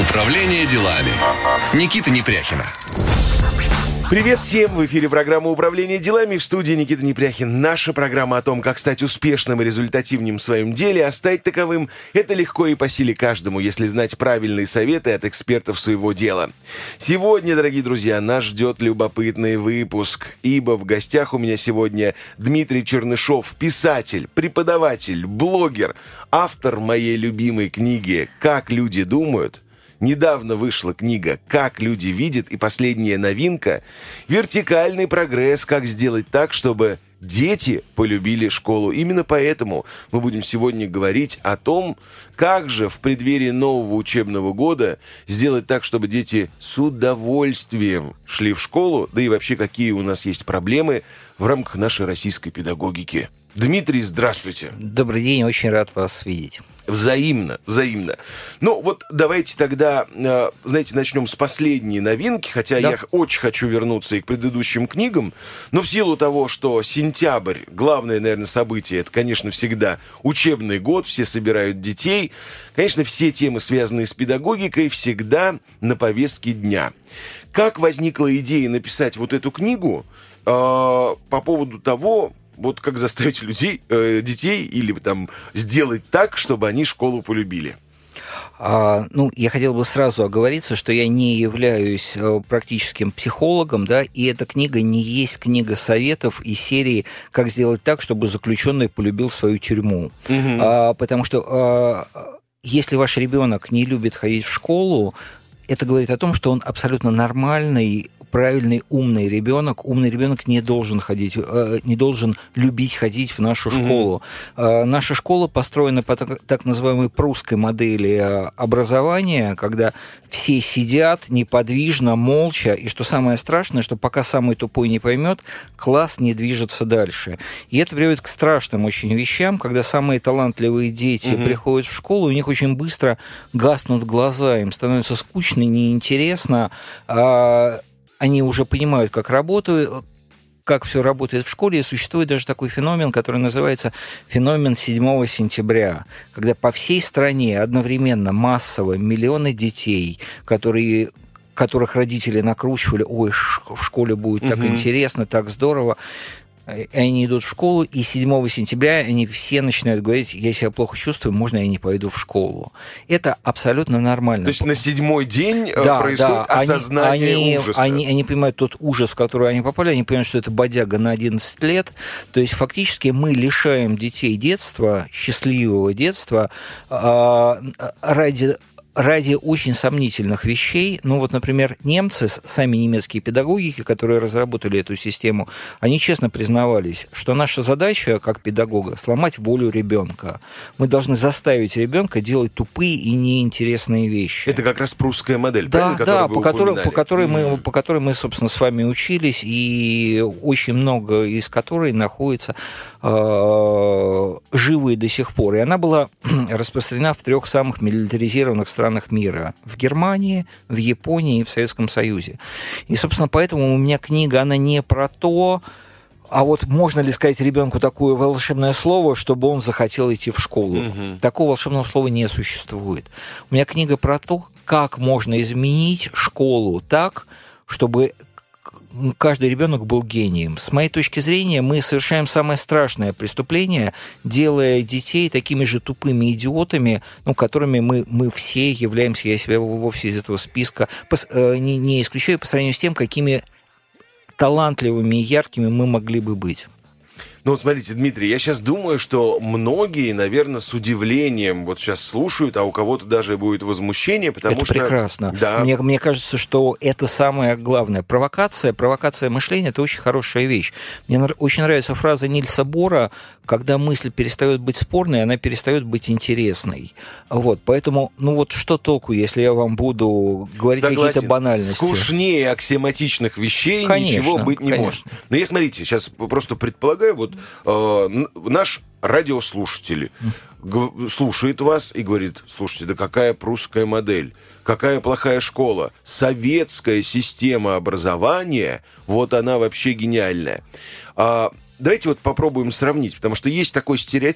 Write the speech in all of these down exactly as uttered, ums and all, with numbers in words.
Управление делами. Никита Непряхина. Привет всем! В эфире программа «Управление делами». В студии Никита Непряхин. Наша программа о том, как стать успешным и результативным в своем деле, а стать таковым – это легко и по силе каждому, если знать правильные советы от экспертов своего дела. Сегодня, дорогие друзья, нас ждет любопытный выпуск, ибо в гостях у меня сегодня Дмитрий Чернышов, писатель, преподаватель, блогер, автор моей любимой книги «Как люди думают». Недавно вышла книга «Как люди видят» и последняя новинка «Вертикальный прогресс. Как сделать так, чтобы дети полюбили школу». Именно поэтому мы будем сегодня говорить о том, как же в преддверии нового учебного года сделать так, чтобы дети с удовольствием шли в школу, да и вообще какие у нас есть проблемы в рамках нашей российской педагогики. Дмитрий, здравствуйте. Добрый день, очень рад вас видеть. Взаимно, взаимно. Ну, вот давайте тогда, знаете, начнем с последней новинки, хотя да. я очень хочу вернуться и к предыдущим книгам, но в силу того, что сентябрь, главное, наверное, событие, это, конечно, всегда учебный год, все собирают детей, конечно, все темы, связанные с педагогикой, всегда на повестке дня. Как возникла идея написать вот эту книгу э, по поводу того, вот как заставить людей, э, детей или там сделать так, чтобы они школу полюбили? А, ну, я хотел бы сразу оговориться, что я не являюсь э, практическим психологом, да, и эта книга не есть книга советов из серии «Как сделать так, чтобы заключенный полюбил свою тюрьму». Mm-hmm. А, потому что а, если ваш ребенок не любит ходить в школу, это говорит о том, что он абсолютно нормальный, правильный, умный ребенок. Умный ребенок не должен ходить, не должен любить ходить в нашу школу. Mm-hmm. Наша школа построена по так, так называемой прусской модели образования, когда все сидят неподвижно, молча, и что самое страшное, что пока самый тупой не поймет, класс не движется дальше. И это приводит к страшным очень вещам, когда самые талантливые дети mm-hmm. приходят в школу, у них очень быстро гаснут глаза, им становится скучно, неинтересно, они уже понимают, как работают, как все работает в школе, и существует даже такой феномен, который называется феномен седьмого сентября, когда по всей стране одновременно массово миллионы детей, которые, которых родители накручивали, ой, в школе будет так угу. интересно, так здорово, и они идут в школу, и седьмого сентября они все начинают говорить, я себя плохо чувствую, можно я не пойду в школу. Это абсолютно нормально. То есть на седьмой день да, происходит да, осознание они, ужаса. Они, они понимают тот ужас, в который они попали, они понимают, что это бодяга на одиннадцать лет. То есть фактически мы лишаем детей детства, счастливого детства, ради... ради очень сомнительных вещей. Ну вот, например, немцы, сами немецкие педагоги, которые разработали эту систему, они честно признавались, что наша задача, как педагога, сломать волю ребенка. Мы должны заставить ребенка делать тупые и неинтересные вещи. Это как раз прусская модель, да, правильно? Да, по которой, по, которой mm-hmm. мы, по которой мы, собственно, с вами учились, и очень много из которой находится э, живой до сих пор. И она была распространена в трех самых милитаризированных странах мира. В Германии, в Японии и в Советском Союзе. И, собственно, поэтому у меня книга, она не про то, а вот можно ли сказать ребенку такое волшебное слово, чтобы он захотел идти в школу? Mm-hmm. Такого волшебного слова не существует. У меня книга про то, как можно изменить школу так, чтобы каждый ребенок был гением. С моей точки зрения, мы совершаем самое страшное преступление, делая детей такими же тупыми идиотами, ну, которыми мы, мы все являемся, я себя вовсе из этого списка не, не исключаю по сравнению с тем, какими талантливыми и яркими мы могли бы быть. Ну, вот смотрите, Дмитрий, я сейчас думаю, что многие, наверное, с удивлением вот сейчас слушают, а у кого-то даже будет возмущение, потому это что... Это прекрасно. Да. Мне, мне кажется, что это самое главное. Провокация, провокация мышления – это очень хорошая вещь. Мне очень нравится фраза Нильса Бора, когда мысль перестает быть спорной, она перестает быть интересной. Вот, поэтому, ну вот что толку, если я вам буду говорить Согласен. Какие-то банальности? Скучнее аксиоматичных вещей конечно, ничего быть не конечно. Может. Но я, смотрите, сейчас просто предполагаю, вот э, наш радиослушатель г- слушает вас и говорит, слушайте, да какая прусская модель, какая плохая школа, советская система образования, вот она вообще гениальная. А, давайте вот попробуем сравнить, потому что есть такой стереотип,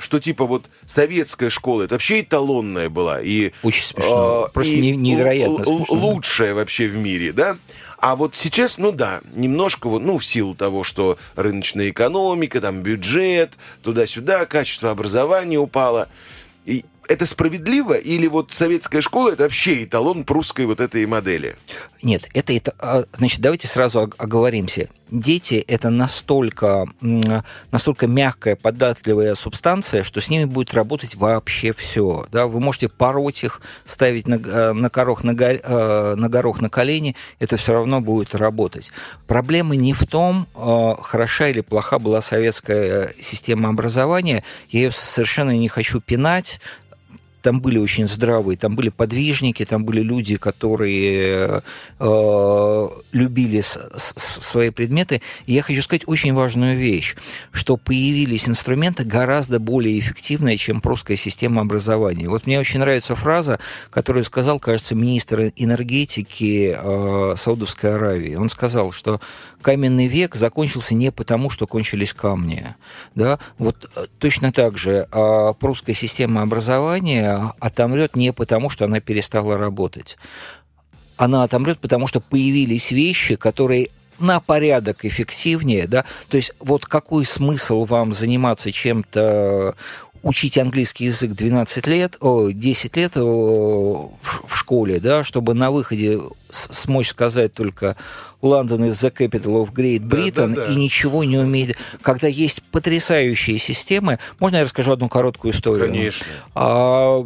что типа вот советская школа это вообще эталонная была и очень смешно, э, просто и невероятно л- смешно. Лучшая вообще в мире, да? А вот сейчас, ну да, немножко, вот, ну, в силу того, что рыночная экономика, там, бюджет, туда-сюда, качество образования упало. И это справедливо? Или вот советская школа — это вообще эталон прусской вот этой модели? Нет, это, это значит, давайте сразу оговоримся. Дети — это настолько, настолько мягкая, податливая субстанция, что с ними будет работать вообще все. Да? Вы можете пороть их, ставить на, на, горох, на, го, на горох на колени, это все равно будет работать. Проблема не в том, хороша или плоха была советская система образования. Я ее совершенно не хочу пинать. Там были очень здравые, там были подвижники, там были люди, которые э, любили с, с, свои предметы. И я хочу сказать очень важную вещь, что появились инструменты гораздо более эффективные, чем прусская система образования. Вот мне очень нравится фраза, которую сказал, кажется, министр энергетики э, Саудовской Аравии. Он сказал, что каменный век закончился не потому, что кончились камни. Да? Вот точно так же э, прусская система образования отомрет не потому, что она перестала работать. Она отомрет, потому что появились вещи, которые на порядок эффективнее. Да? То есть вот какой смысл вам заниматься чем-то, учить английский язык двенадцать лет, о, десять лет о, в, в школе, да, чтобы на выходе смочь сказать только «London is the capital of Great Britain», да, да, да. И ничего не умеет. Когда есть потрясающие системы... Можно я расскажу одну короткую историю? Конечно. А,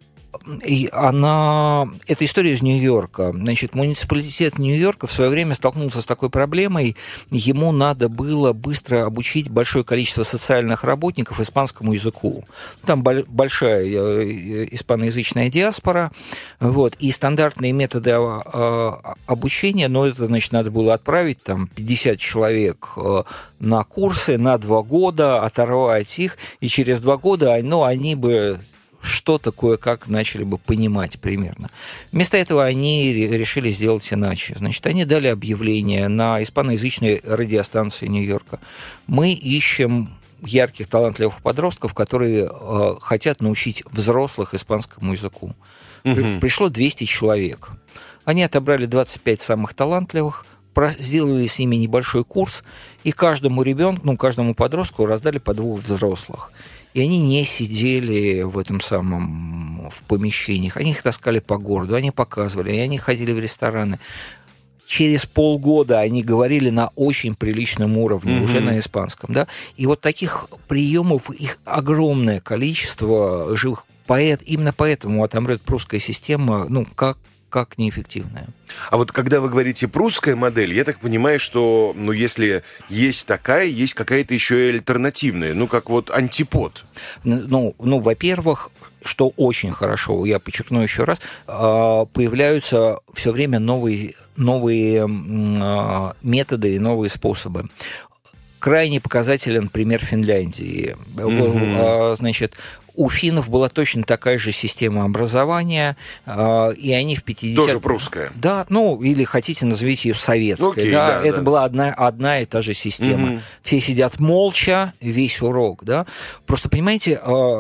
и она... Это история из Нью-Йорка. Значит, муниципалитет Нью-Йорка в свое время столкнулся с такой проблемой. Ему надо было быстро обучить большое количество социальных работников испанскому языку. Там большая испаноязычная диаспора. Вот, и стандартные методы обучения, ну, это, значит, надо было отправить там пятьдесят человек на курсы на два года, оторвать их, и через два года, ну, они бы... что-то кое-как начали бы понимать примерно. Вместо этого они решили сделать иначе. Значит, они дали объявление на испаноязычной радиостанции Нью-Йорка. Мы ищем ярких, талантливых подростков, которые э, хотят научить взрослых испанскому языку. При, пришло двести человек. Они отобрали двадцать пять самых талантливых, сделали с ними небольшой курс, и каждому ребенку, ну, каждому подростку раздали по двух взрослых. И они не сидели в этом самом, в помещениях, они их таскали по городу, они показывали, и они ходили в рестораны. Через полгода они говорили на очень приличном уровне, mm-hmm. уже на испанском, да. И вот таких приемов, их огромное количество живых. Поэт, именно поэтому отомрет прусская система, ну, как как неэффективная. А вот когда вы говорите прусская модель, я так понимаю, что, ну, если есть такая, есть какая-то еще и альтернативная, ну, как вот антипод. Ну, ну, во-первых, что очень хорошо, я подчеркну еще раз, появляются все время новые, новые методы и новые способы. Крайне показателен пример Финляндии. Mm-hmm. Значит, у финнов была точно такая же система образования, и они в пятидесятых... Тоже прусская. Да, ну, или хотите, назовите ее советской. Окей, да, да, это да. была одна, одна и та же система. Mm-hmm. Все сидят молча, весь урок, да. Просто, понимаете,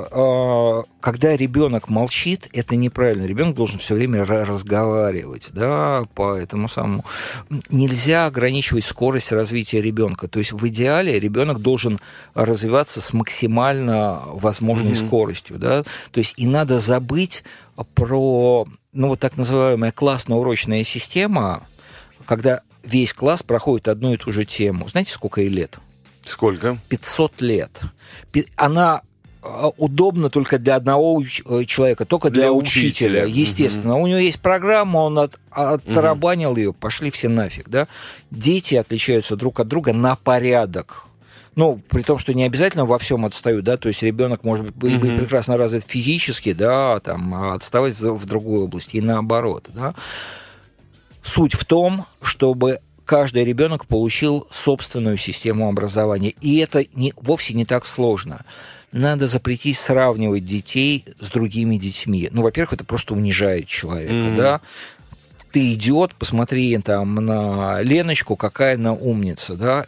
когда ребенок молчит, это неправильно. Ребенок должен все время разговаривать, да, по этому самому. Нельзя ограничивать скорость развития ребенка. То есть в идеале ребенок должен развиваться с максимально возможной mm-hmm. скоростью. Да? То есть и надо забыть про, ну, вот так называемая классно-урочная система, когда весь класс проходит одну и ту же тему. Знаете, сколько ей лет? Сколько? пятьсот лет. Она удобна только для одного человека, только для, для учителя, учителя, естественно. Угу. У него есть программа, он от, оттарабанил угу. ее, пошли все нафиг. Да? Дети отличаются друг от друга на порядок. Ну, при том, что не обязательно во всем отстают, да, то есть ребенок может быть, mm-hmm. быть прекрасно развит физически, да, там, а отставать в, в другой области, и наоборот, да. Суть в том, чтобы каждый ребенок получил собственную систему образования, и это не, вовсе не так сложно. Надо запретить сравнивать детей с другими детьми. Ну, во-первых, это просто унижает человека, mm-hmm. да. Ты идиот, посмотри там на Леночку, какая она умница, да.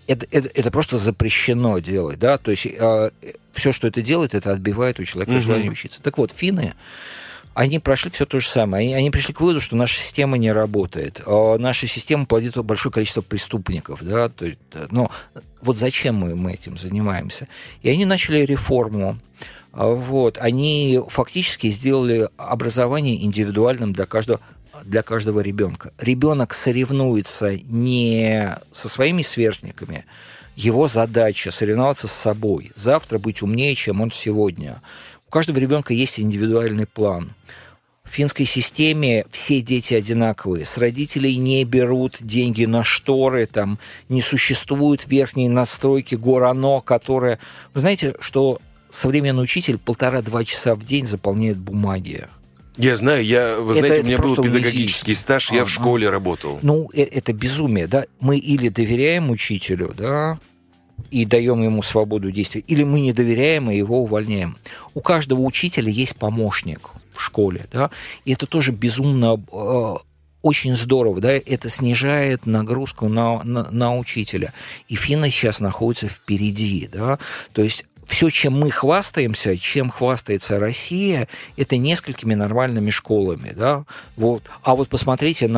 это, это, это просто запрещено делать, да, то есть э, все, что это делает, это отбивает у человека mm-hmm. желание учиться. Так вот, финны, они прошли все то же самое. Они, они пришли к выводу, что наша система не работает. А наша система плодит большое количество преступников. Да? То есть, но вот зачем мы, мы этим занимаемся? И они начали реформу. Вот. Они фактически сделали образование индивидуальным для каждого, для каждого ребенка. Ребенок соревнуется не со своими сверстниками. Его задача соревноваться с собой. Завтра быть умнее, чем он сегодня. У каждого ребенка есть индивидуальный план. В финской системе все дети одинаковые. С родителей не берут деньги на шторы, там не существует верхней настройки Горано, которая... Вы знаете, что современный учитель полтора-два часа в день заполняет бумаги. Я знаю, я, вы это, знаете, это у меня был педагогический унизительно. стаж, я а, в школе а. работал. Ну, это безумие, да? Мы или доверяем учителю, да, и даем ему свободу действий, или мы не доверяем и его увольняем. У каждого учителя есть помощник в школе, да, и это тоже безумно э, очень здорово, да, это снижает нагрузку на, на, на учителя. И финны сейчас находятся впереди, да, то есть все, чем мы хвастаемся, чем хвастается Россия, это несколькими нормальными школами, да, вот. А вот посмотрите,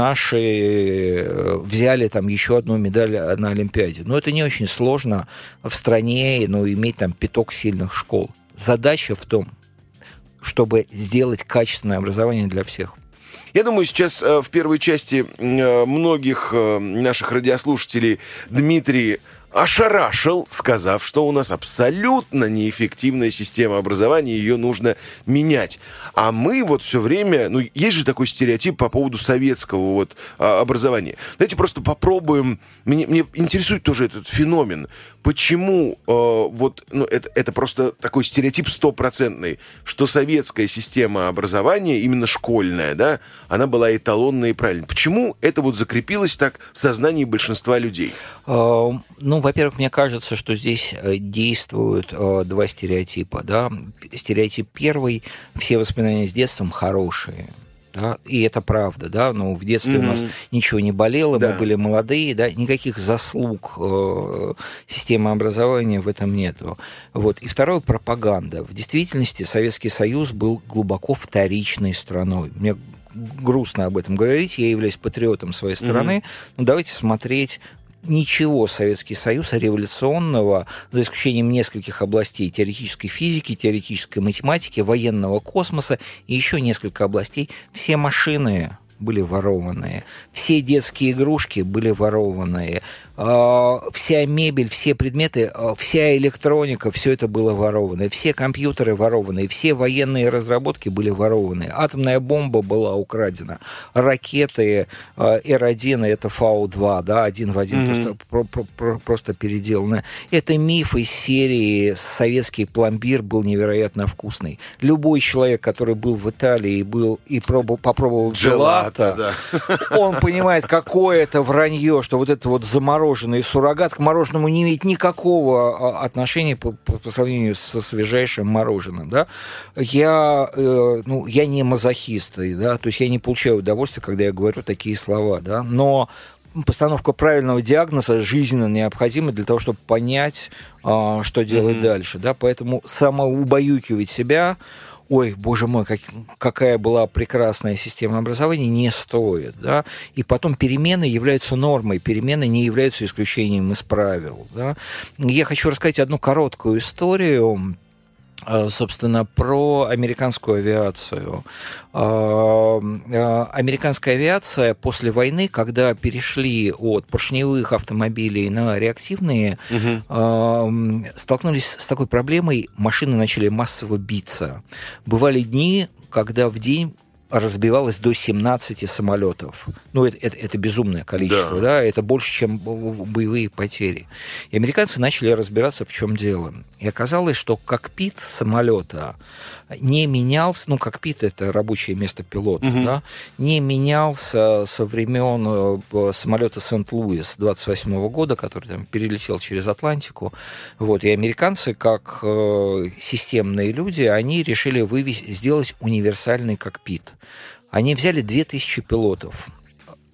наши взяли там еще одну медаль на Олимпиаде. Ну, это не очень сложно в стране, ну, иметь там пяток сильных школ. Задача в том, чтобы сделать качественное образование для всех. Я думаю, сейчас в первой части многих наших радиослушателей Дмитрий ошарашил, сказав, что у нас абсолютно неэффективная система образования, ее нужно менять. А мы вот все время... Ну, есть же такой стереотип по поводу советского вот а, образования. Давайте просто попробуем... Мне, мне интересует тоже этот феномен. Почему э, вот... Ну, это, это просто такой стереотип стопроцентный, что советская система образования, именно школьная, да, она была эталонной и правильной. Почему это вот закрепилось так в сознании большинства людей? Ну, во-первых, мне кажется, что здесь действуют два стереотипа. Да? Стереотип первый – все воспоминания с детством хорошие. Да? И это правда, да, но в детстве mm-hmm. у нас ничего не болело, да. Мы были молодые, да, никаких заслуг э, системы образования в этом нету. Вот. И второе – пропаганда. В действительности Советский Союз был глубоко вторичной страной. Мне грустно об этом говорить, я являюсь патриотом своей страны, mm-hmm. но давайте смотреть... Ничего Советский Союз революционного, за исключением нескольких областей теоретической физики, теоретической математики, военного космоса и еще несколько областей, все машины были ворованные, все детские игрушки были ворованные, вся мебель, все предметы, вся электроника, все это было ворованное, все компьютеры ворованные, все военные разработки были ворованные, атомная бомба была украдена, ракеты Эр один, это Фау два, да, один в один, mm-hmm. просто, про, просто переделано. Это миф из серии «Советский пломбир был невероятно вкусный». Любой человек, который был в Италии и, был, и пробовал, попробовал джелато, да. Он понимает, какое это вранье, что вот это вот замороженное суррогат к мороженому не имеет никакого отношения по, по сравнению со свежайшим мороженым, да. Я, э, ну, я не мазохист, да, то есть я не получаю удовольствия, когда я говорю такие слова, да, но постановка правильного диагноза жизненно необходима для того, чтобы понять, э, что делать mm-hmm. дальше, да, поэтому самоубаюкивать себя, ой, боже мой, как, какая была прекрасная система образования, не стоит, да, и потом перемены являются нормой, перемены не являются исключением из правил, да. Я хочу рассказать одну короткую историю, собственно, про американскую авиацию. Американская авиация после войны, когда перешли от поршневых автомобилей на реактивные, угу. столкнулись с такой проблемой, машины начали массово биться. Бывали дни, когда в день разбивалось до семнадцати самолетов. Ну, это, это, это безумное количество, да. да, это больше, чем боевые потери. И американцы начали разбираться, в чем дело. И оказалось, что кокпит самолета не менялся, ну, кокпит — это рабочее место пилота, угу. да, не менялся со времен самолета Сент-Луис двадцать восьмого года, который там перелетел через Атлантику. Вот. И американцы, как э, системные люди, они решили вывести, сделать универсальный кокпит. Они взяли две тысячи пилотов.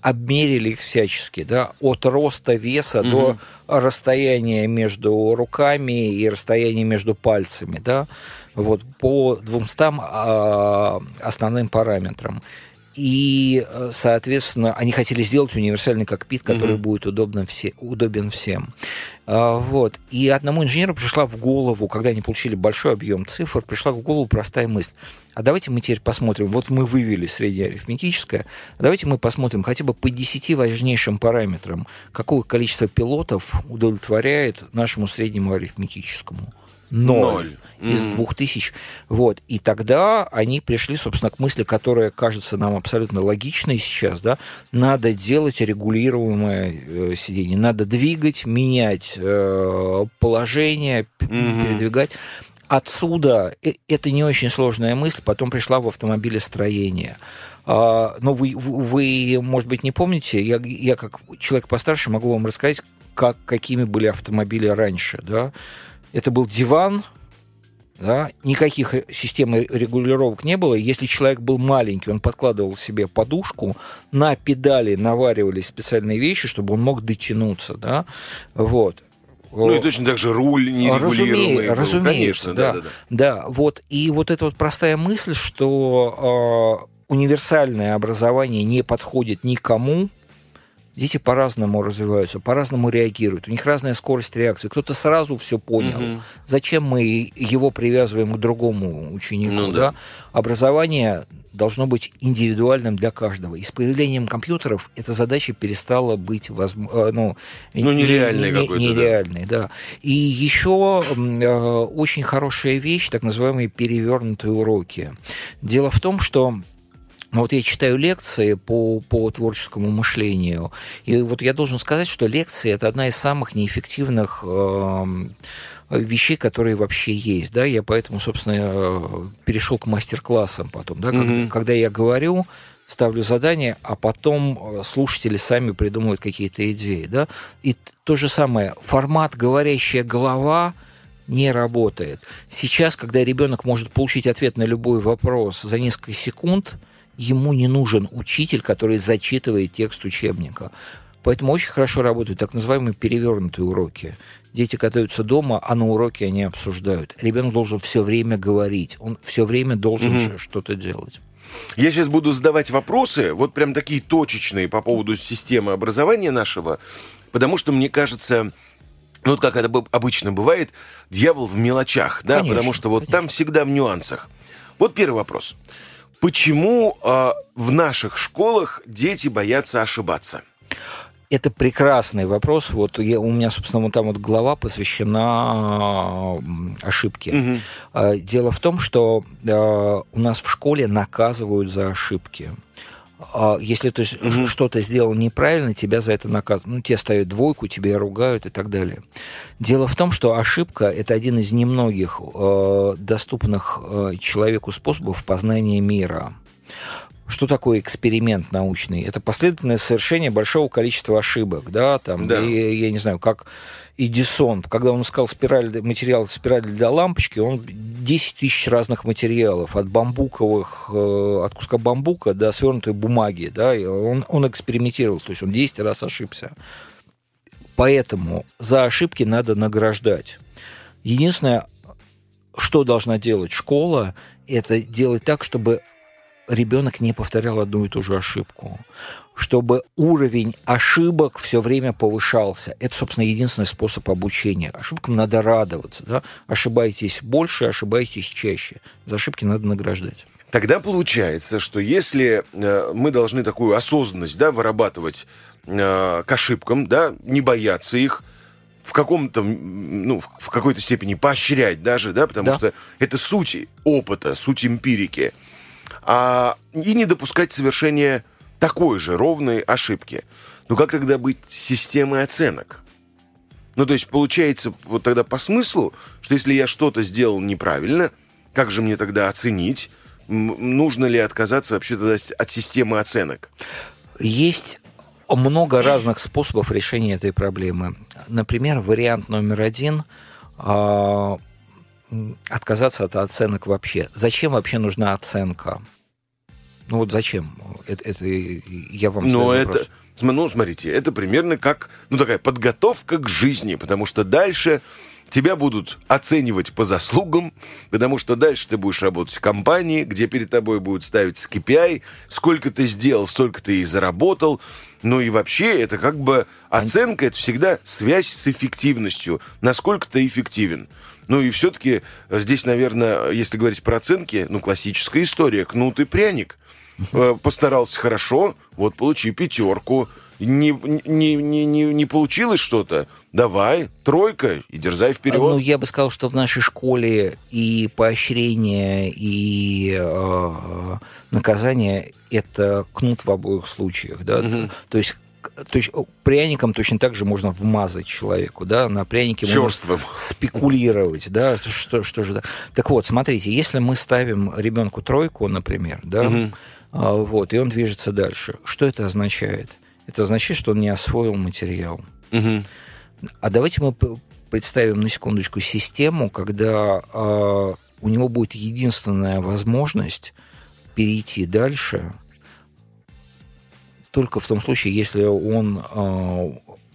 обмерили их всячески, да, от роста веса угу. до расстояния между руками и расстояния между пальцами, да, вот, по двумстам а, основным параметрам. И, соответственно, они хотели сделать универсальный кокпит, который mm-hmm. будет удобен, все, удобен всем. А, вот. И одному инженеру пришла в голову, когда они получили большой объем цифр, пришла в голову простая мысль. А давайте мы теперь посмотрим, вот мы вывели среднеарифметическое, а давайте мы посмотрим хотя бы по десяти важнейшим параметрам, какое количество пилотов удовлетворяет нашему среднему арифметическому. Ноль, Ноль. из mm-hmm. двух тысяч. Вот. И тогда они пришли, собственно, к мысли, которая кажется нам абсолютно логичной сейчас. Да? Надо делать регулируемое э, сиденье. Надо двигать, менять э, положение, mm-hmm. передвигать. Отсюда, э, это не очень сложная мысль, потом пришла в автомобилестроение. А, но вы, вы, может быть, не помните, я, я как человек постарше могу вам рассказать, как, какими были автомобили раньше, да. Это был диван, да, никаких систем регулировок не было. Если человек был маленький, он подкладывал себе подушку, на педали наваривались специальные вещи, чтобы он мог дотянуться. Да, вот. Ну и точно так же руль нерегулируемый. Разумеется, разумеется, да, да, да. Да, вот. И вот эта вот простая мысль, что э, универсальное образование не подходит никому. Дети по-разному развиваются, по-разному реагируют. У них разная скорость реакции. Кто-то сразу все понял. Угу. Зачем мы его привязываем к другому ученику? Ну, да. Да? Образование должно быть индивидуальным для каждого. И с появлением компьютеров эта задача перестала быть возможно, ну, ну, нереальной не, какой-то. Нереальной, да. да. И еще э, очень хорошая вещь, так называемые перевернутые уроки. Дело в том, что вот я читаю лекции по, по творческому мышлению, и вот я должен сказать, что лекции – это одна из самых неэффективных э, вещей, которые вообще есть. Да? Я поэтому, собственно, перешел к мастер-классам потом. Да? Mm-hmm. Когда, когда я говорю, ставлю задание, а потом слушатели сами придумывают какие-то идеи. Да? И то же самое, формат «говорящая голова» не работает. Сейчас, когда ребенок может получить ответ на любой вопрос за несколько секунд, ему не нужен учитель, который зачитывает текст учебника. Поэтому очень хорошо работают так называемые перевернутые уроки. Дети готовятся дома, а на уроке они обсуждают. Ребенок должен все время говорить, он все время должен mm-hmm. что-то делать. Я сейчас буду задавать вопросы, вот прям такие точечные по поводу системы образования нашего, потому что мне кажется... Ну, вот как это обычно бывает, дьявол в мелочах, да, конечно, потому что вот конечно. Там всегда в нюансах. Вот первый вопрос. Почему э, в наших школах дети боятся ошибаться? Это прекрасный вопрос. Вот я, у меня, собственно, вот там вот глава посвящена ошибке. Угу. Дело в том, что э, у нас в школе наказывают за ошибки. Если ты угу. что-то сделал неправильно, тебя за это наказывают. Ну, тебе ставят двойку, тебя ругают и так далее. Дело в том, что ошибка – это один из немногих э, доступных э, человеку способов познания мира. Что такое эксперимент научный? Это последовательное совершение большого количества ошибок. Да? Там, да. Я, я не знаю, как Эдисон, когда он искал спираль, материал спираль для лампочки, он десять тысяч разных материалов, от бамбуковых, от куска бамбука до свернутой бумаги. Да? Он, он экспериментировал, то есть он десять раз ошибся. Поэтому за ошибки надо награждать. Единственное, что должна делать школа, это делать так, чтобы ребенок не повторял одну и ту же ошибку, чтобы уровень ошибок все время повышался. Это, собственно, единственный способ обучения. Ошибкам надо радоваться. Да? Ошибайтесь больше, ошибайтесь чаще. За ошибки надо награждать. Тогда получается, что если э, мы должны такую осознанность, да, вырабатывать э, к ошибкам, да, не бояться их, в каком-то, ну, в какой-то степени поощрять даже, да, потому да. что это суть опыта, суть эмпирики, а, и не допускать совершения такой же ровной ошибки. Ну как тогда быть с системой оценок? Ну то есть получается вот тогда по смыслу, что если я что-то сделал неправильно, как же мне тогда оценить? Нужно ли отказаться вообще тогда от системы оценок? Есть много разных способов решения этой проблемы. Например, вариант номер один а, отказаться от оценок вообще. Зачем вообще нужна оценка? Ну вот зачем? Это, это я вам Но задаю это, вопрос. ну, смотрите, это примерно как, ну, такая подготовка к жизни, потому что дальше тебя будут оценивать по заслугам, потому что дальше ты будешь работать в компании, где перед тобой будут ставить кей пи ай, сколько ты сделал, столько ты и заработал. Ну и вообще это как бы оценка, это всегда связь с эффективностью, насколько ты эффективен. Ну и все-таки здесь, наверное, если говорить про оценки, ну, классическая история, кнут и пряник. Постарался хорошо, вот получи пятерку. Не, не, не, не, не получилось что-то, давай, тройка, и дерзай вперед. Ну, я бы сказал, что в нашей школе и поощрение, и э, наказание — это кнут в обоих случаях, да, угу. то есть То есть пряником точно так же можно вмазать человеку, да, на прянике Чёрствым. можно спекулировать, да, что, что же. Да. Так вот, смотрите, если мы ставим ребенку тройку, например, да, угу. а, вот, и он движется дальше, что это означает? Это означает, что он не освоил материал. Угу. А давайте мы представим на секундочку систему, когда а, у него будет единственная возможность перейти дальше только в том случае, если он э,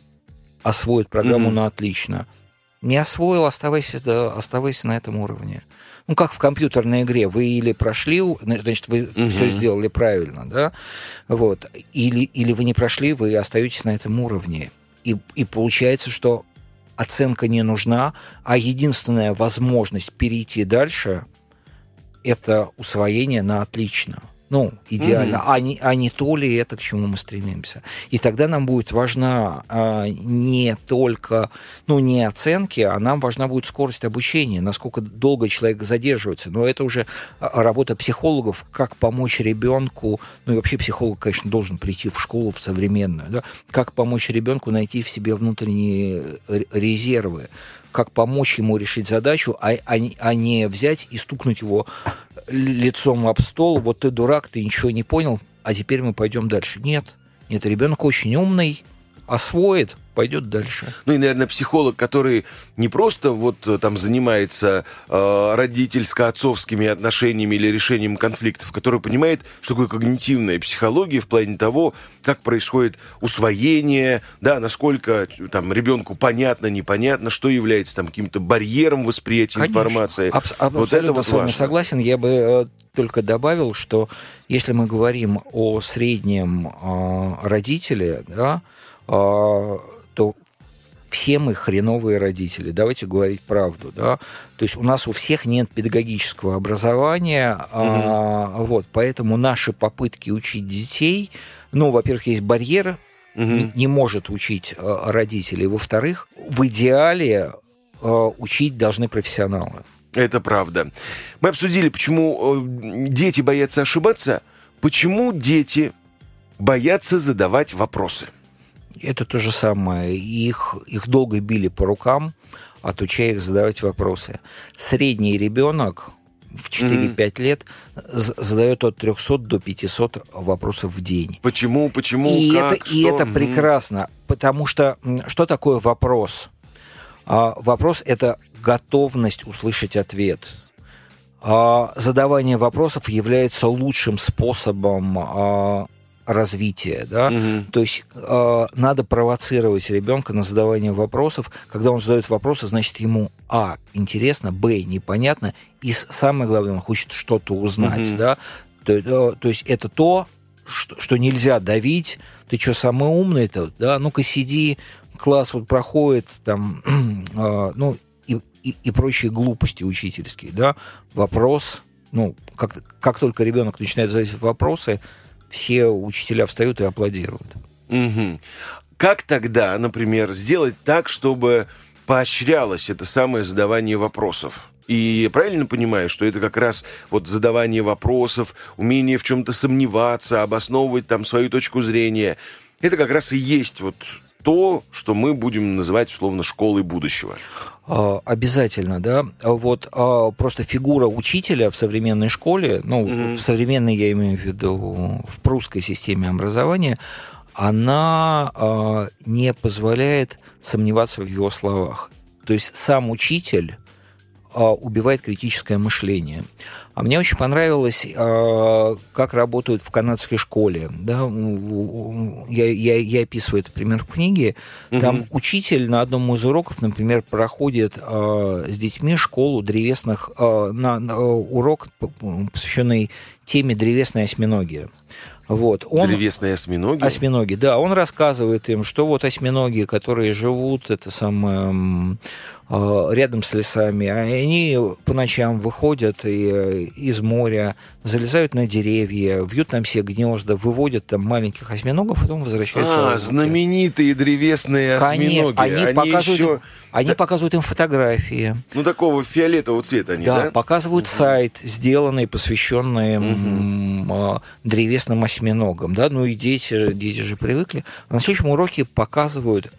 освоит программу mm-hmm. на отлично. Не освоил, оставайся, да, оставайся на этом уровне. Ну, как в компьютерной игре. Вы или прошли, значит, вы mm-hmm. все сделали правильно, да? Вот. Или, или вы не прошли, вы остаетесь на этом уровне. И, и получается, что оценка не нужна, а единственная возможность перейти дальше – это усвоение на отлично. Ну, идеально, mm-hmm. а, не, а не то ли это, к чему мы стремимся. И тогда нам будет важна а, не только, ну, не оценки, а нам важна будет скорость обучения, насколько долго человек задерживается. Но это уже работа психологов, как помочь ребенку, ну и вообще психолог, конечно, должен прийти в школу, в современную, да, как помочь ребенку найти в себе внутренние резервы, как помочь ему решить задачу, а, а, а не взять и стукнуть его лицом об стол. Вот ты дурак, ты ничего не понял, а теперь мы пойдем дальше. Нет, нет, ребенок очень умный, освоит, пойдет дальше. Ну и, наверное, психолог, который не просто вот там занимается э, родительско-отцовскими отношениями или решением конфликтов, который понимает, что такое когнитивная психология в плане того, как происходит усвоение, да, насколько там ребенку понятно, непонятно, что является там каким-то барьером восприятия Конечно. информации. Аб- аб- вот это вот с вами согласен. Я бы э, только добавил, что если мы говорим о среднем э, родителе, да, э, то все мы хреновые родители. Давайте говорить правду, да. То есть у нас у всех нет педагогического образования, mm-hmm. а, вот, поэтому наши попытки учить детей, ну, во-первых, есть барьер, mm-hmm. не может учить а, родителей, во-вторых, в идеале а, учить должны профессионалы. Это правда. Мы обсудили, почему дети боятся ошибаться, почему дети боятся задавать вопросы. Это то же самое. Их, их долго били по рукам, отучая их задавать вопросы. Средний ребенок в четыре-пять mm-hmm. лет задает от трехсот до пятисот вопросов в день. Почему, почему, и как, это, что? И это mm-hmm. прекрасно, потому что что такое вопрос? А, вопрос – это готовность услышать ответ. А, задавание вопросов является лучшим способом а, развития, да, угу. то есть э, надо провоцировать ребенка на задавание вопросов. Когда он задает вопросы, значит, ему а, интересно, б, непонятно, и самое главное, он хочет что-то узнать, угу. да, то, э, то есть это то, что, что нельзя давить. Ты что, самый умный-то, да, ну-ка сиди, класс вот проходит, там, э, ну, и, и, и прочие глупости учительские, да, вопрос, ну, как, как только ребенок начинает задавать вопросы, все учителя встают и аплодируют. Угу. Как тогда, например, сделать так, чтобы поощрялось это самое задавание вопросов? И я правильно понимаю, что это как раз вот задавание вопросов, умение в чем-то сомневаться, обосновывать там свою точку зрения. Это как раз и есть вот то, что мы будем называть условно школой будущего. Обязательно, да. Вот просто фигура учителя в современной школе, ну, mm-hmm. в современной, я имею в виду, в прусской системе образования, она не позволяет сомневаться в его словах. То есть сам учитель убивает критическое мышление. А мне очень понравилось, э, как работают в канадской школе. Да? Я, я, я описываю это пример в книге. Там угу. учитель на одном из уроков, например, проходит э, с детьми школу древесных, э, на, на урок, посвященный теме древесные осьминоги. Вот. Он, древесные осьминоги? Осьминоги, да. Он рассказывает им, что вот осьминоги, которые живут, это самое, рядом с лесами, они по ночам выходят из моря, залезают на деревья, вьют там все гнезда, выводят там маленьких осьминогов, потом возвращаются. А, знаменитые древесные осьминоги. Они, они, они показывают, еще... они да. показывают им фотографии. Ну, такого фиолетового цвета они, да? Да, показывают угу. сайт, сделанный, посвященный угу. древесным осьминогам. Да? Ну и дети, дети же привыкли. На следующем уроке показывают,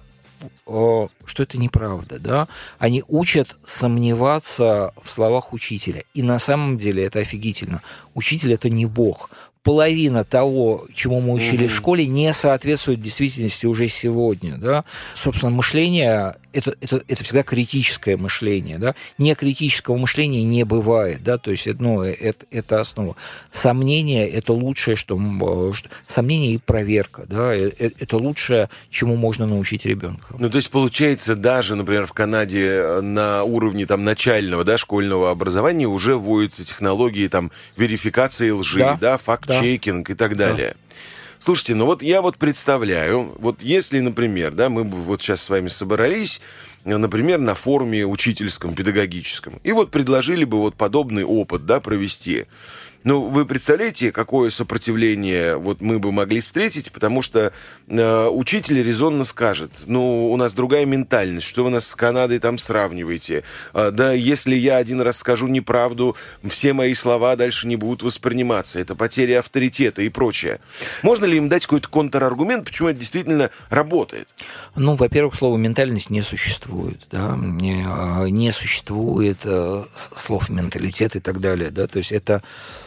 что это неправда, да? Они учат сомневаться в словах учителя. И на самом деле это офигительно. Учитель — это не Бог. Половина того, чему мы учили mm-hmm. в школе, не соответствует действительности уже сегодня. Да? Собственно, мышление это, это, это всегда критическое мышление. Да? Некритического мышления не бывает. Да? То есть, ну, это, это основа. Сомнение — это лучшее, что, что... Сомнение и проверка. Да? Это лучшее, чему можно научить ребенка. Ну, то есть, получается, даже, например, в Канаде на уровне там, начального, да, школьного образования уже вводятся технологии там, верификации лжи, да, да факт чекинг и так далее. Да. Слушайте, ну вот я вот представляю, вот если, например, да, мы бы вот сейчас с вами собрались, например, на форуме учительском, педагогическом, и вот предложили бы вот подобный опыт, да, провести. Ну, вы представляете, какое сопротивление вот мы бы могли встретить, потому что э, учитель резонно скажет, ну, у нас другая ментальность, что вы нас с Канадой там сравниваете, э, да, если я один раз скажу неправду, все мои слова дальше не будут восприниматься, это потеря авторитета и прочее. Можно ли им дать какой-то контраргумент, почему это действительно работает? Ну, во-первых, слово «ментальность» не существует, да, не, не существует э, слов «менталитет» и так далее, да, то есть это...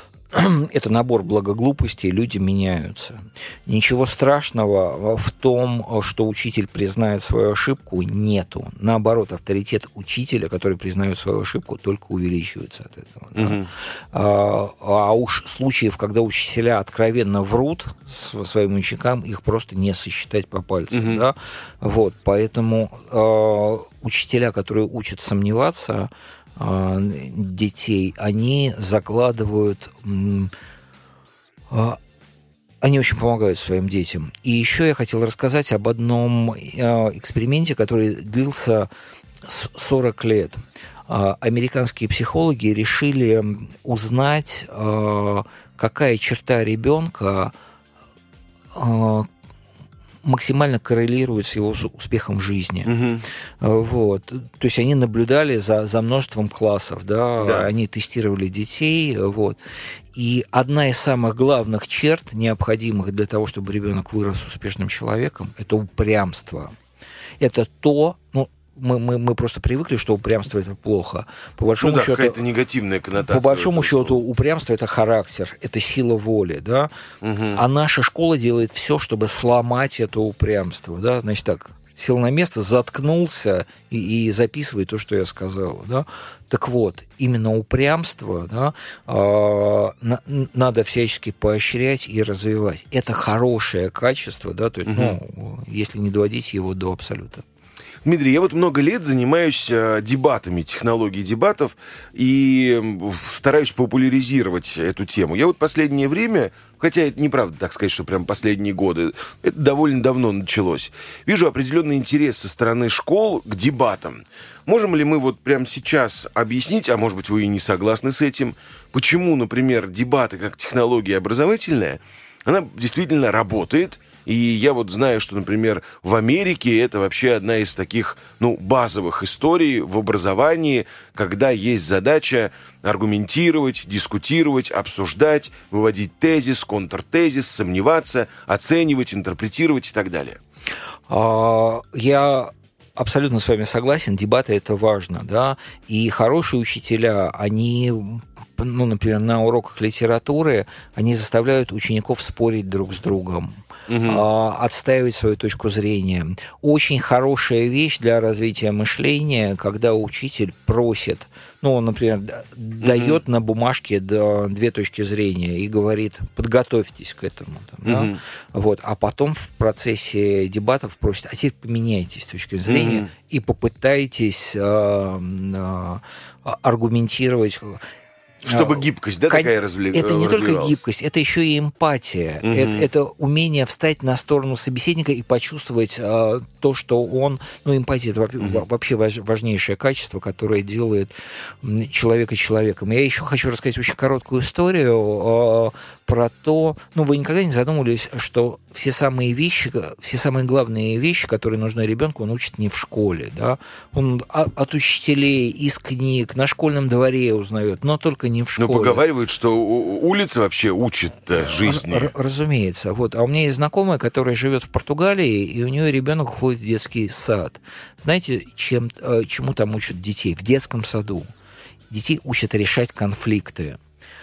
Это набор благоглупостей, люди меняются. Ничего страшного в том, что учитель признает свою ошибку, нету. Наоборот, авторитет учителя, который признает свою ошибку, только увеличивается от этого. Mm-hmm. Да? А, а уж случаев, когда учителя откровенно врут своим ученикам, их просто не сосчитать по пальцам. Mm-hmm. Да? Вот, поэтому а, учителя, которые учат сомневаться, детей, они закладывают, они очень помогают своим детям. И еще я хотел рассказать об одном эксперименте, который длился сорок лет. Американские психологи решили узнать, какая черта ребенка максимально коррелирует с его успехом в жизни. Угу. Вот. То есть они наблюдали за, за множеством классов, да? Да. Они тестировали детей. Вот. И одна из самых главных черт, необходимых для того, чтобы ребенок вырос успешным человеком, это упрямство. Это то, ну, Мы, мы, мы просто привыкли, что упрямство — это плохо. По большому ну да, счету, какая-то негативная коннотация. По большому счету, упрямство — это характер, это сила воли, да? Угу. А наша школа делает все, чтобы сломать это упрямство, да? Значит так, сел на место, заткнулся и, и записывай то, что я сказал, да? Так вот, именно упрямство, да, э, на, надо всячески поощрять и развивать. Это хорошее качество, да? То есть, угу. ну, если не доводить его до абсолюта. Дмитрий, я вот много лет занимаюсь э, дебатами, технологией дебатов, и стараюсь популяризировать эту тему. Я вот последнее время, хотя это неправда так сказать, что прям последние годы, это довольно давно началось, вижу определенный интерес со стороны школ к дебатам. Можем ли мы вот прямо сейчас объяснить, а может быть вы и не согласны с этим, почему, например, дебаты как технология образовательная, она действительно работает? И я вот знаю, что, например, в Америке это вообще одна из таких, ну, базовых историй в образовании, когда есть задача аргументировать, дискутировать, обсуждать, выводить тезис, контртезис, сомневаться, оценивать, интерпретировать и так далее. Я абсолютно с вами согласен, дебаты — это важно, да, и хорошие учителя, они... ну, например, на уроках литературы они заставляют учеников спорить друг с другом, угу. отстаивать свою точку зрения. Очень хорошая вещь для развития мышления, когда учитель просит, ну, например, дает mm-hmm. на бумажке две точки зрения и говорит, подготовьтесь к этому. Там, да? mm-hmm. вот. А потом в процессе дебатов просит, а теперь поменяйтесь точки зрения mm-hmm. и попытайтесь э, э, аргументировать. Чтобы гибкость, да, такая развлекалась? Это не только гибкость, это еще и эмпатия. Угу. Это, это умение встать на сторону собеседника и почувствовать э, то, что он... Ну, эмпатия — это угу. вообще важнейшее качество, которое делает человека человеком. Я еще хочу рассказать очень короткую историю э, про то... Ну, вы никогда не задумывались, что все самые вещи, все самые главные вещи, которые нужны ребенку, он учит не в школе, да? Он от учителей, из книг, на школьном дворе узнает, но только не в школе. Но поговаривают, что улица вообще учит жизни. Р- разумеется. Вот. А у меня есть знакомая, которая живет в Португалии, и у нее ребенок ходит в детский сад. Знаете, чем, чему там учат детей? В детском саду. Детей учат решать конфликты.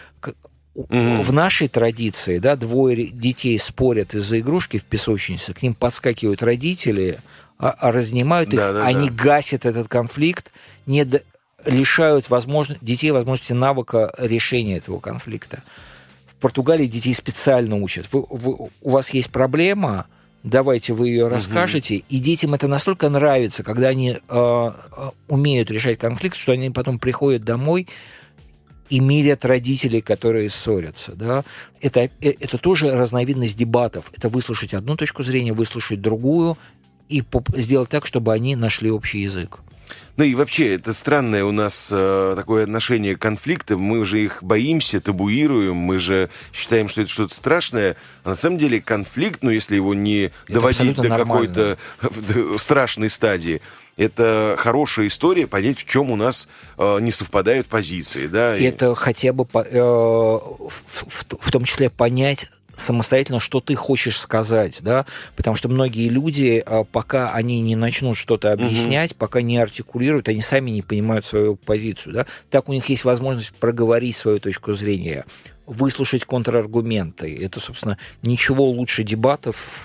Mm-hmm. В нашей традиции, да, двое детей спорят из-за игрушки в песочнице, к ним подскакивают родители, а, а разнимают их, да, да, они да. гасят этот конфликт, не до... лишают возможно... детей возможности навыка решения этого конфликта. В Португалии детей специально учат. Вы, вы, у вас есть проблема, давайте вы ее расскажете, угу. и детям это настолько нравится, когда они э, умеют решать конфликт, что они потом приходят домой и мирят родителей, которые ссорятся. Да? Это, это тоже разновидность дебатов. Это выслушать одну точку зрения, выслушать другую и сделать так, чтобы они нашли общий язык. Ну и вообще, это странное у нас э, такое отношение к конфликтам. Мы же их боимся, табуируем, мы же считаем, что это что-то страшное. А на самом деле конфликт, ну если его не это доводить до какой-то страшной стадии, это хорошая история понять, в чем у нас э, не совпадают позиции. Да? Это хотя бы по, э, в, в, в том числе понять самостоятельно, что ты хочешь сказать, да, потому что многие люди, пока они не начнут что-то объяснять, угу. пока не артикулируют, они сами не понимают свою позицию, да, так у них есть возможность проговорить свою точку зрения, выслушать контраргументы. Это, собственно, ничего лучше дебатов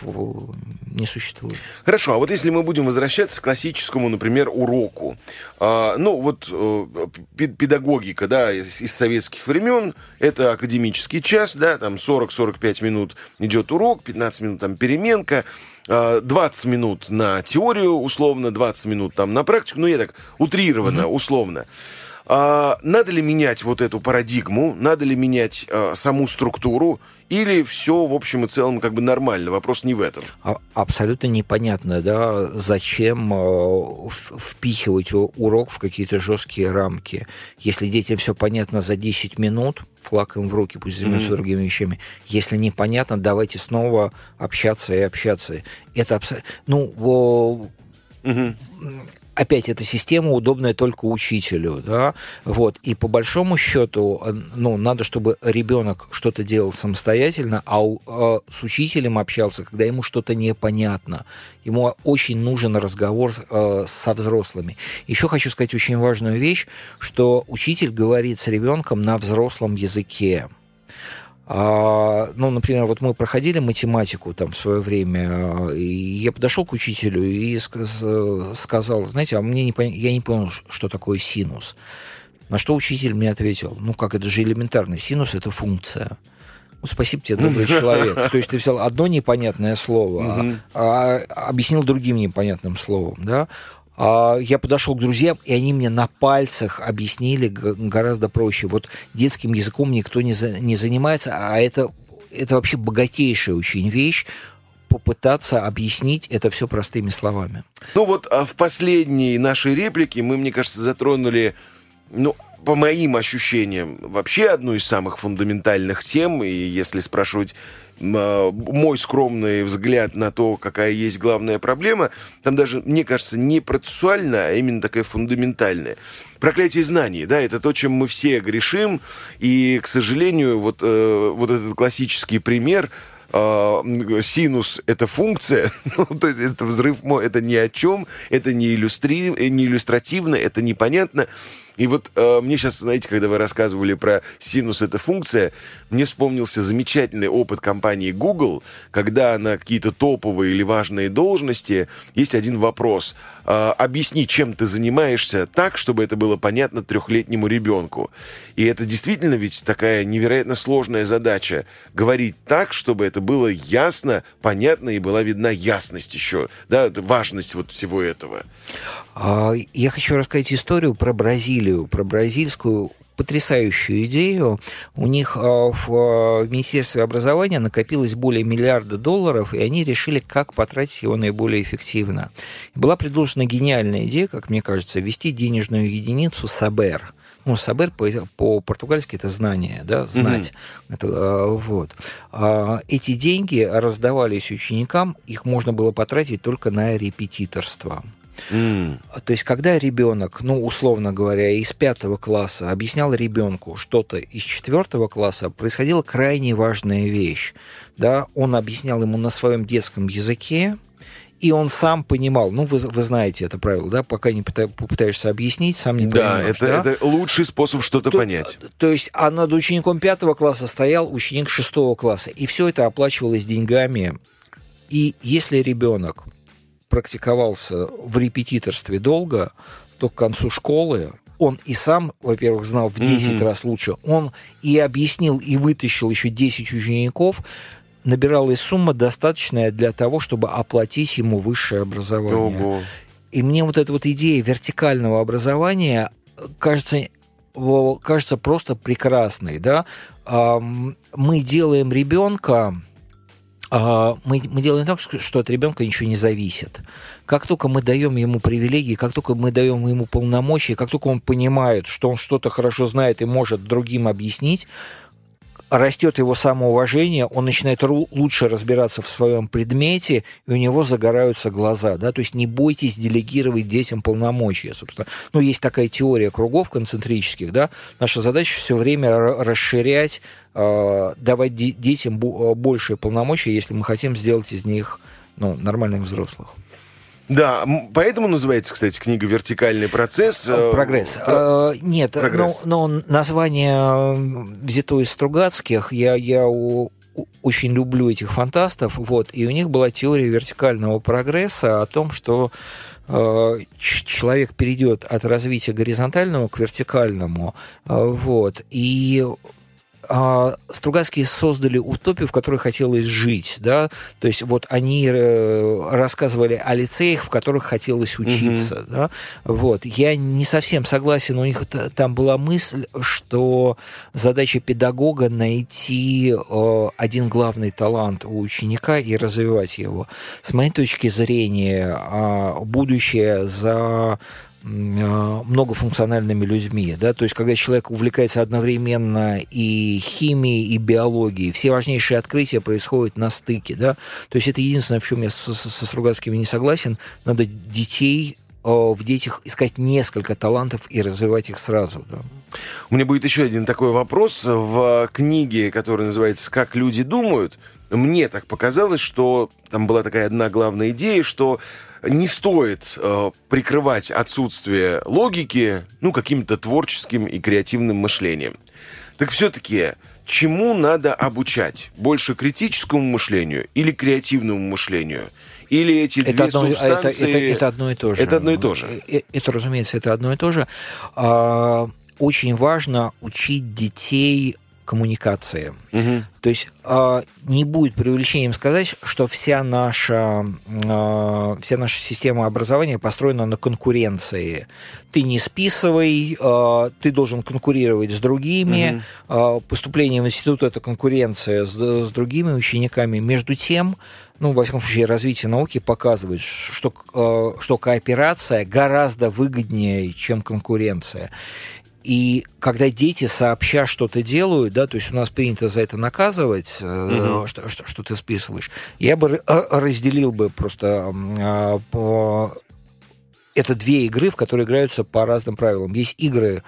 не существует. Хорошо, а вот если мы будем возвращаться к классическому, например, уроку. А, ну, вот педагогика, да, из, из советских времен, это академический час, да, там сорок-сорок пять минут идет урок, пятнадцать минут там переменка, двадцать минут на теорию, условно, двадцать минут там на практику, ну, я так утрированно, mm-hmm. условно. А, надо ли менять вот эту парадигму, надо ли менять а, саму структуру, или все в общем и целом как бы нормально? Вопрос не в этом. А, абсолютно непонятно, да, зачем э, впихивать урок в какие-то жесткие рамки. Если детям все понятно за десять минут, флаг им в руки, пусть занимаются mm-hmm. другими вещами. Если непонятно, давайте снова общаться и общаться. Это абсолютно... Ну, о... mm-hmm. Опять, эта система удобная только учителю, да, вот, и по большому счету, ну, надо, чтобы ребенок что-то делал самостоятельно, а, у, а с учителем общался, когда ему что-то непонятно, ему очень нужен разговор а, со взрослыми. Еще хочу сказать очень важную вещь, что учитель говорит с ребенком на взрослом языке. А, ну, например, вот мы проходили математику там в свое время, и я подошел к учителю и сказал, знаете, а мне не пон... я не понял, что такое синус. На что учитель мне ответил, ну как, это же элементарно, синус — это функция. Ну, спасибо тебе, добрый человек. То есть ты взял одно непонятное слово, а объяснил другим непонятным словом, да? Я подошел к друзьям, и они мне на пальцах объяснили гораздо проще. Вот детским языком никто не, за, не занимается, а это, это вообще богатейшая очень вещь, попытаться объяснить это все простыми словами. Ну вот а в последней нашей реплике мы, мне кажется, затронули, ну, по моим ощущениям, вообще одну из самых фундаментальных тем, и если спрашивать мой скромный взгляд на то, какая есть главная проблема, там даже, мне кажется, не процессуальная, а именно такая фундаментальная. Проклятие знаний, да, это то, чем мы все грешим, и, к сожалению, вот, э, вот этот классический пример, э, синус — это функция, то есть это взрыв, это ни о чем, это не, иллюстри, не иллюстративно, это непонятно. И вот э, мне сейчас, знаете, когда вы рассказывали про синус, эта функция, мне вспомнился замечательный опыт компании Google, когда на какие-то топовые или важные должности есть один вопрос. Э, объясни, чем ты занимаешься так, чтобы это было понятно трехлетнему ребенку. И это действительно ведь такая невероятно сложная задача. Говорить так, чтобы это было ясно, понятно и была видна ясность еще, да, важность вот всего этого. Я хочу рассказать историю про Бразилию, про бразильскую потрясающую идею. У них в Министерстве образования накопилось более миллиарда долларов, и они решили, как потратить его наиболее эффективно. Была предложена гениальная идея, как мне кажется, ввести денежную единицу сабер. Ну, сабер по-португальски это знание, да, знать. Mm-hmm. Это, вот. Эти деньги раздавались ученикам, их можно было потратить только на репетиторство. Mm. То есть, когда ребенок, ну, условно говоря, из пятого класса объяснял ребенку что-то из четвертого класса, происходила крайне важная вещь. Да? Он объяснял ему на своем детском языке, и он сам понимал, ну, вы, вы знаете это правило, да, пока не попытаешься объяснить, сам не да, поймешь. Это, да, это лучший способ что-то то, понять. То есть, а над учеником пятого класса стоял ученик шестого класса, и все это оплачивалось деньгами. И если ребенок практиковался в репетиторстве долго, то к концу школы он и сам, во-первых, знал в десять mm-hmm. раз лучше, он и объяснил, и вытащил еще десять учеников, набиралась сумма достаточная для того, чтобы оплатить ему высшее образование. Ого. И мне вот эта вот идея вертикального образования кажется, кажется просто прекрасной. Да? Мы делаем ребенка... Мы, мы делаем так, что от ребенка ничего не зависит. Как только мы даем ему привилегии, как только мы даем ему полномочия, как только он понимает, что он что-то хорошо знает и может другим объяснить, растет его самоуважение, он начинает ру- лучше разбираться в своем предмете, и у него загораются глаза. Да? То есть не бойтесь делегировать детям полномочия. Собственно. Ну, есть такая теория кругов концентрических. Да? Наша задача все время р- расширять, э, давать де- детям бо- большие полномочия, если мы хотим сделать из них ну, нормальных взрослых. Да, поэтому называется, кстати, книга «Вертикальный процесс». Прогресс. Про... Нет, Прогресс. Но, но название взято из Стругацких. Я, я у, очень люблю этих фантастов. Вот, и у них была теория вертикального прогресса о том, что э, человек перейдет от развития горизонтального к вертикальному. Э, вот, и... Стругацкие создали утопию, в которой хотелось жить, да, то есть вот они рассказывали о лицеях, в которых хотелось учиться, mm-hmm. да, вот. Я не совсем согласен, у них там была мысль, что задача педагога найти один главный талант у ученика и развивать его. С моей точки зрения, будущее за многофункциональными людьми, да, то есть когда человек увлекается одновременно и химией, и биологией, все важнейшие открытия происходят на стыке, да, то есть это единственное, в чем я со, со Стругацкими не согласен, надо детей, в детях искать несколько талантов и развивать их сразу, да. У меня будет еще один такой вопрос. В книге, которая называется «Как люди думают», мне так показалось, что там была такая одна главная идея, что не стоит э, прикрывать отсутствие логики, ну, каким-то творческим и креативным мышлением. Так все-таки, чему надо обучать? Больше критическому мышлению или креативному мышлению? Или эти это две одно, субстанции... Это, это, это одно и то же. Это одно и то же. Это, это разумеется, это одно и то же. Очень важно учить детей коммуникации. Угу. То есть э, не будет преувеличением сказать, что вся наша, э, вся наша система образования построена на конкуренции. Ты не списывай, э, ты должен конкурировать с другими. Угу. Э, поступление в институт – это конкуренция с, с другими учениками. Между тем, ну, во всяком случае, развитие науки показывает, что, э, что кооперация гораздо выгоднее, чем конкуренция. И когда дети сообща что-то делают, да, то есть у нас принято за это наказывать, mm-hmm. что, что, что ты списываешь, я бы разделил бы просто а, по... это две игры, в которые играются по разным правилам. Есть игры,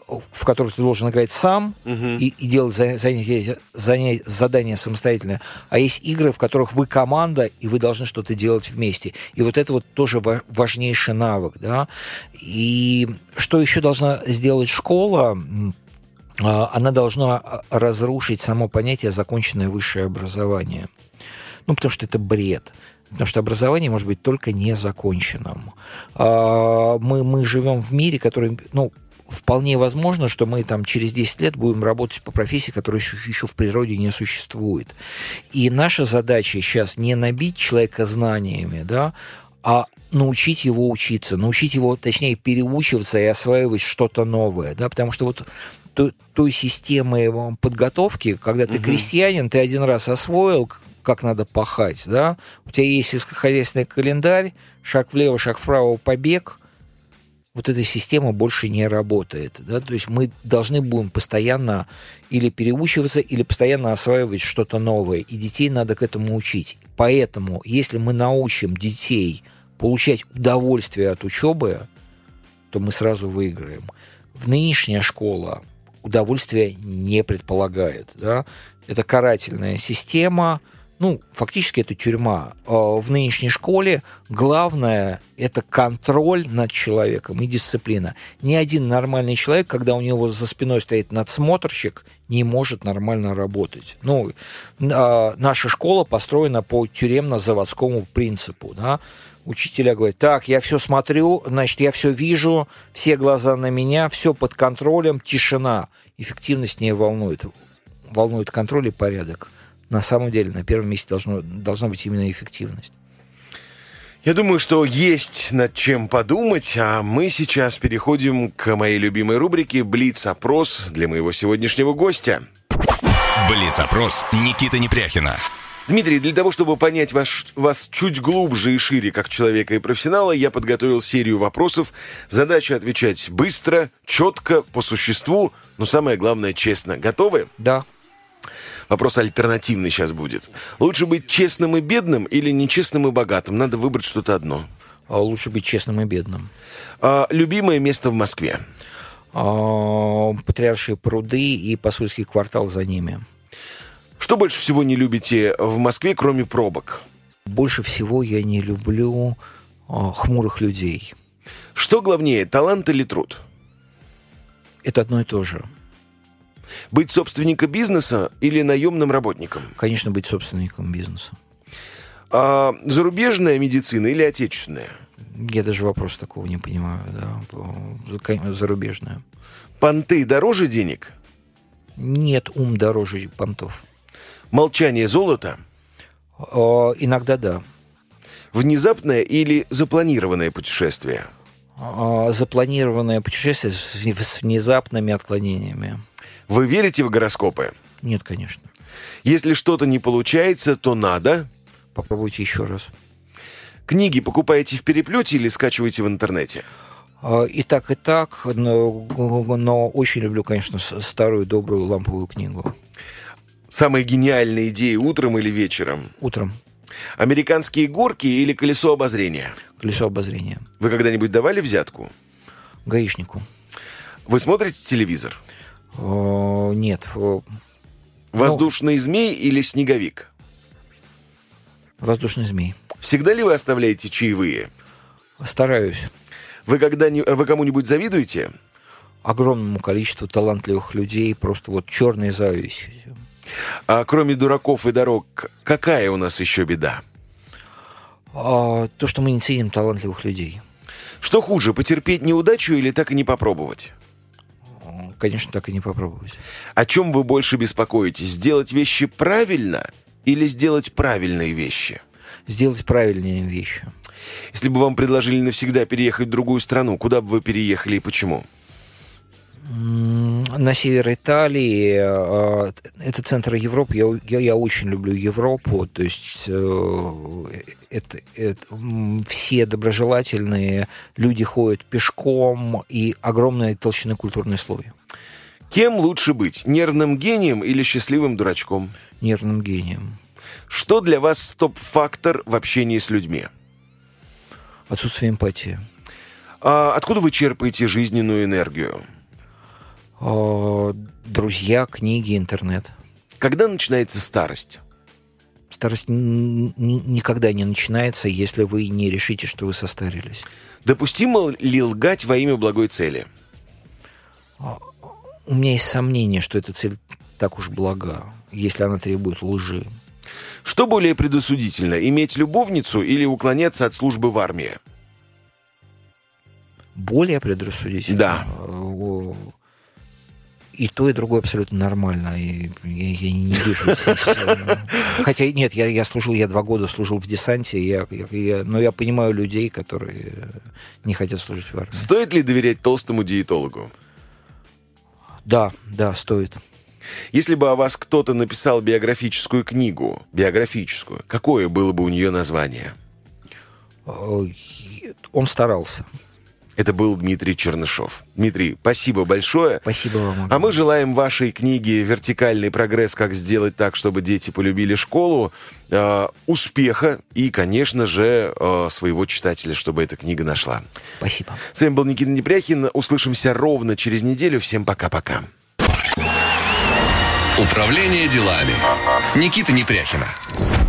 в которых ты должен играть сам Мгм. и, и делать занятия, занятия, задания самостоятельно, а есть игры, в которых вы команда, и вы должны что-то делать вместе. И вот это вот тоже ва- важнейший навык, да. И что еще должна сделать школа? М, а, Она должна разрушить само понятие «законченное высшее образование». Ну, потому что это бред. Потому что образование может быть только незаконченным. А, Мы, мы живем в мире, который, ну, вполне возможно, что мы там через десять лет будем работать по профессии, которая еще, еще в природе не существует. И наша задача сейчас не набить человека знаниями, да, а научить его учиться, научить его, точнее, переучиваться и осваивать что-то новое, да, потому что вот той, той системы подготовки, когда ты Мгм. крестьянин, ты один раз освоил, как надо пахать, да, у тебя есть сельскохозяйственный календарь, шаг влево, шаг вправо, побег, вот эта система больше не работает, да, то есть мы должны будем постоянно или переучиваться, или постоянно осваивать что-то новое, и детей надо к этому учить. Поэтому, если мы научим детей получать удовольствие от учебы, то мы сразу выиграем. В нынешняя школа удовольствия не предполагает, да, это карательная система. Ну, фактически это тюрьма. В нынешней школе главное – это контроль над человеком и дисциплина. Ни один нормальный человек, когда у него за спиной стоит надсмотрщик, не может нормально работать. Ну, наша школа построена по тюремно-заводскому принципу. Да? Учителя говорят: так, я все смотрю, значит, я все вижу, все глаза на меня, все под контролем, тишина. Эффективность не волнует. Волнует контроль и порядок. На самом деле, на первом месте должно, должна быть именно эффективность. Я думаю, что есть над чем подумать, а мы сейчас переходим к моей любимой рубрике «Блиц-опрос» для моего сегодняшнего гостя. Блиц-опрос Никиты Непряхина. Дмитрий, для того, чтобы понять ваш, вас чуть глубже и шире как человека и профессионала, я подготовил серию вопросов. Задача отвечать быстро, четко, по существу, но самое главное, честно. Готовы? Да. Вопрос альтернативный сейчас будет. Лучше быть честным и бедным или нечестным и богатым? Надо выбрать что-то одно. А лучше быть честным и бедным. А, любимое место в Москве? А, Патриаршие пруды и Посольский квартал за ними. Что больше всего не любите в Москве, кроме пробок? Больше всего я не люблю а, хмурых людей. Что главнее, талант или труд? Это одно и то же. Быть собственником бизнеса или наемным работником? Конечно, быть собственником бизнеса. А, зарубежная медицина или отечественная? Я даже вопроса такого не понимаю. Да. Зарубежная. Понты дороже денег? Нет, ум дороже понтов. Молчание золото? А, иногда да. Внезапное или запланированное путешествие? А, запланированное путешествие с внезапными отклонениями. Вы верите в гороскопы? Нет, конечно. Если что-то не получается, то надо... Попробуйте еще раз. Книги покупаете в переплете или скачиваете в интернете? А, И так, и так, но, но очень люблю, конечно, с- старую добрую ламповую книгу. Самые гениальные идеи утром или вечером? Утром. Американские горки или колесо обозрения? Колесо обозрения. Вы когда-нибудь давали взятку? Гаишнику. Вы смотрите телевизор? А, Нет. а, Воздушный змей или снеговик? Воздушный змей. Всегда ли вы оставляете чаевые? Стараюсь. Вы, когда вы кому-нибудь завидуете? Огромному количеству талантливых людей просто вот черной завистью. А кроме дураков и дорог, какая у нас еще беда? А, то, что мы не ценим талантливых людей. Что хуже, потерпеть неудачу или так и не попробовать? А, Конечно, так и не попробовать. О чем вы больше беспокоитесь? Сделать вещи правильно или сделать правильные вещи? Сделать правильные вещи. Если бы вам предложили навсегда переехать в другую страну, куда бы вы переехали и почему? М, На север Италии, а, это центр Европы, я, я, я очень люблю Европу, то есть э, это, это, м, все доброжелательные, люди ходят пешком и огромная толщина культурный слой. Кем лучше быть, нервным гением или счастливым дурачком? Нервным гением. Что для вас стоп-фактор в общении с людьми? Отсутствие эмпатии. А откуда вы черпаете жизненную энергию? Друзья, книги, интернет. Когда начинается старость? Старость н- н- никогда не начинается, если вы не решите, что вы состарились. Допустимо ли лгать во имя благой цели? У меня есть сомнение, что эта цель так уж блага, если она требует лжи. Что более предосудительно, иметь любовницу или уклоняться от службы в армии? Более предрассудительно? Да. И то, и другое абсолютно нормально. И я, я не вижу здесь... Хотя нет, я, я служил, я два года служил в десанте, я, я, я, но я понимаю людей, которые не хотят служить в армии. Стоит ли доверять толстому диетологу? Да, да, стоит. Если бы о вас кто-то написал биографическую книгу, биографическую, какое было бы у нее название? Он старался. Это был Дмитрий Чернышов. Дмитрий, спасибо большое. Спасибо вам. А мы желаем вашей книге «Вертикальный прогресс. Как сделать так, чтобы дети полюбили школу» э, успеха и, конечно же, э, своего читателя, чтобы эта книга нашла. Спасибо. С вами был Никита Непряхин. Услышимся ровно через неделю. Всем пока-пока. Управление делами. Никиты Непряхина.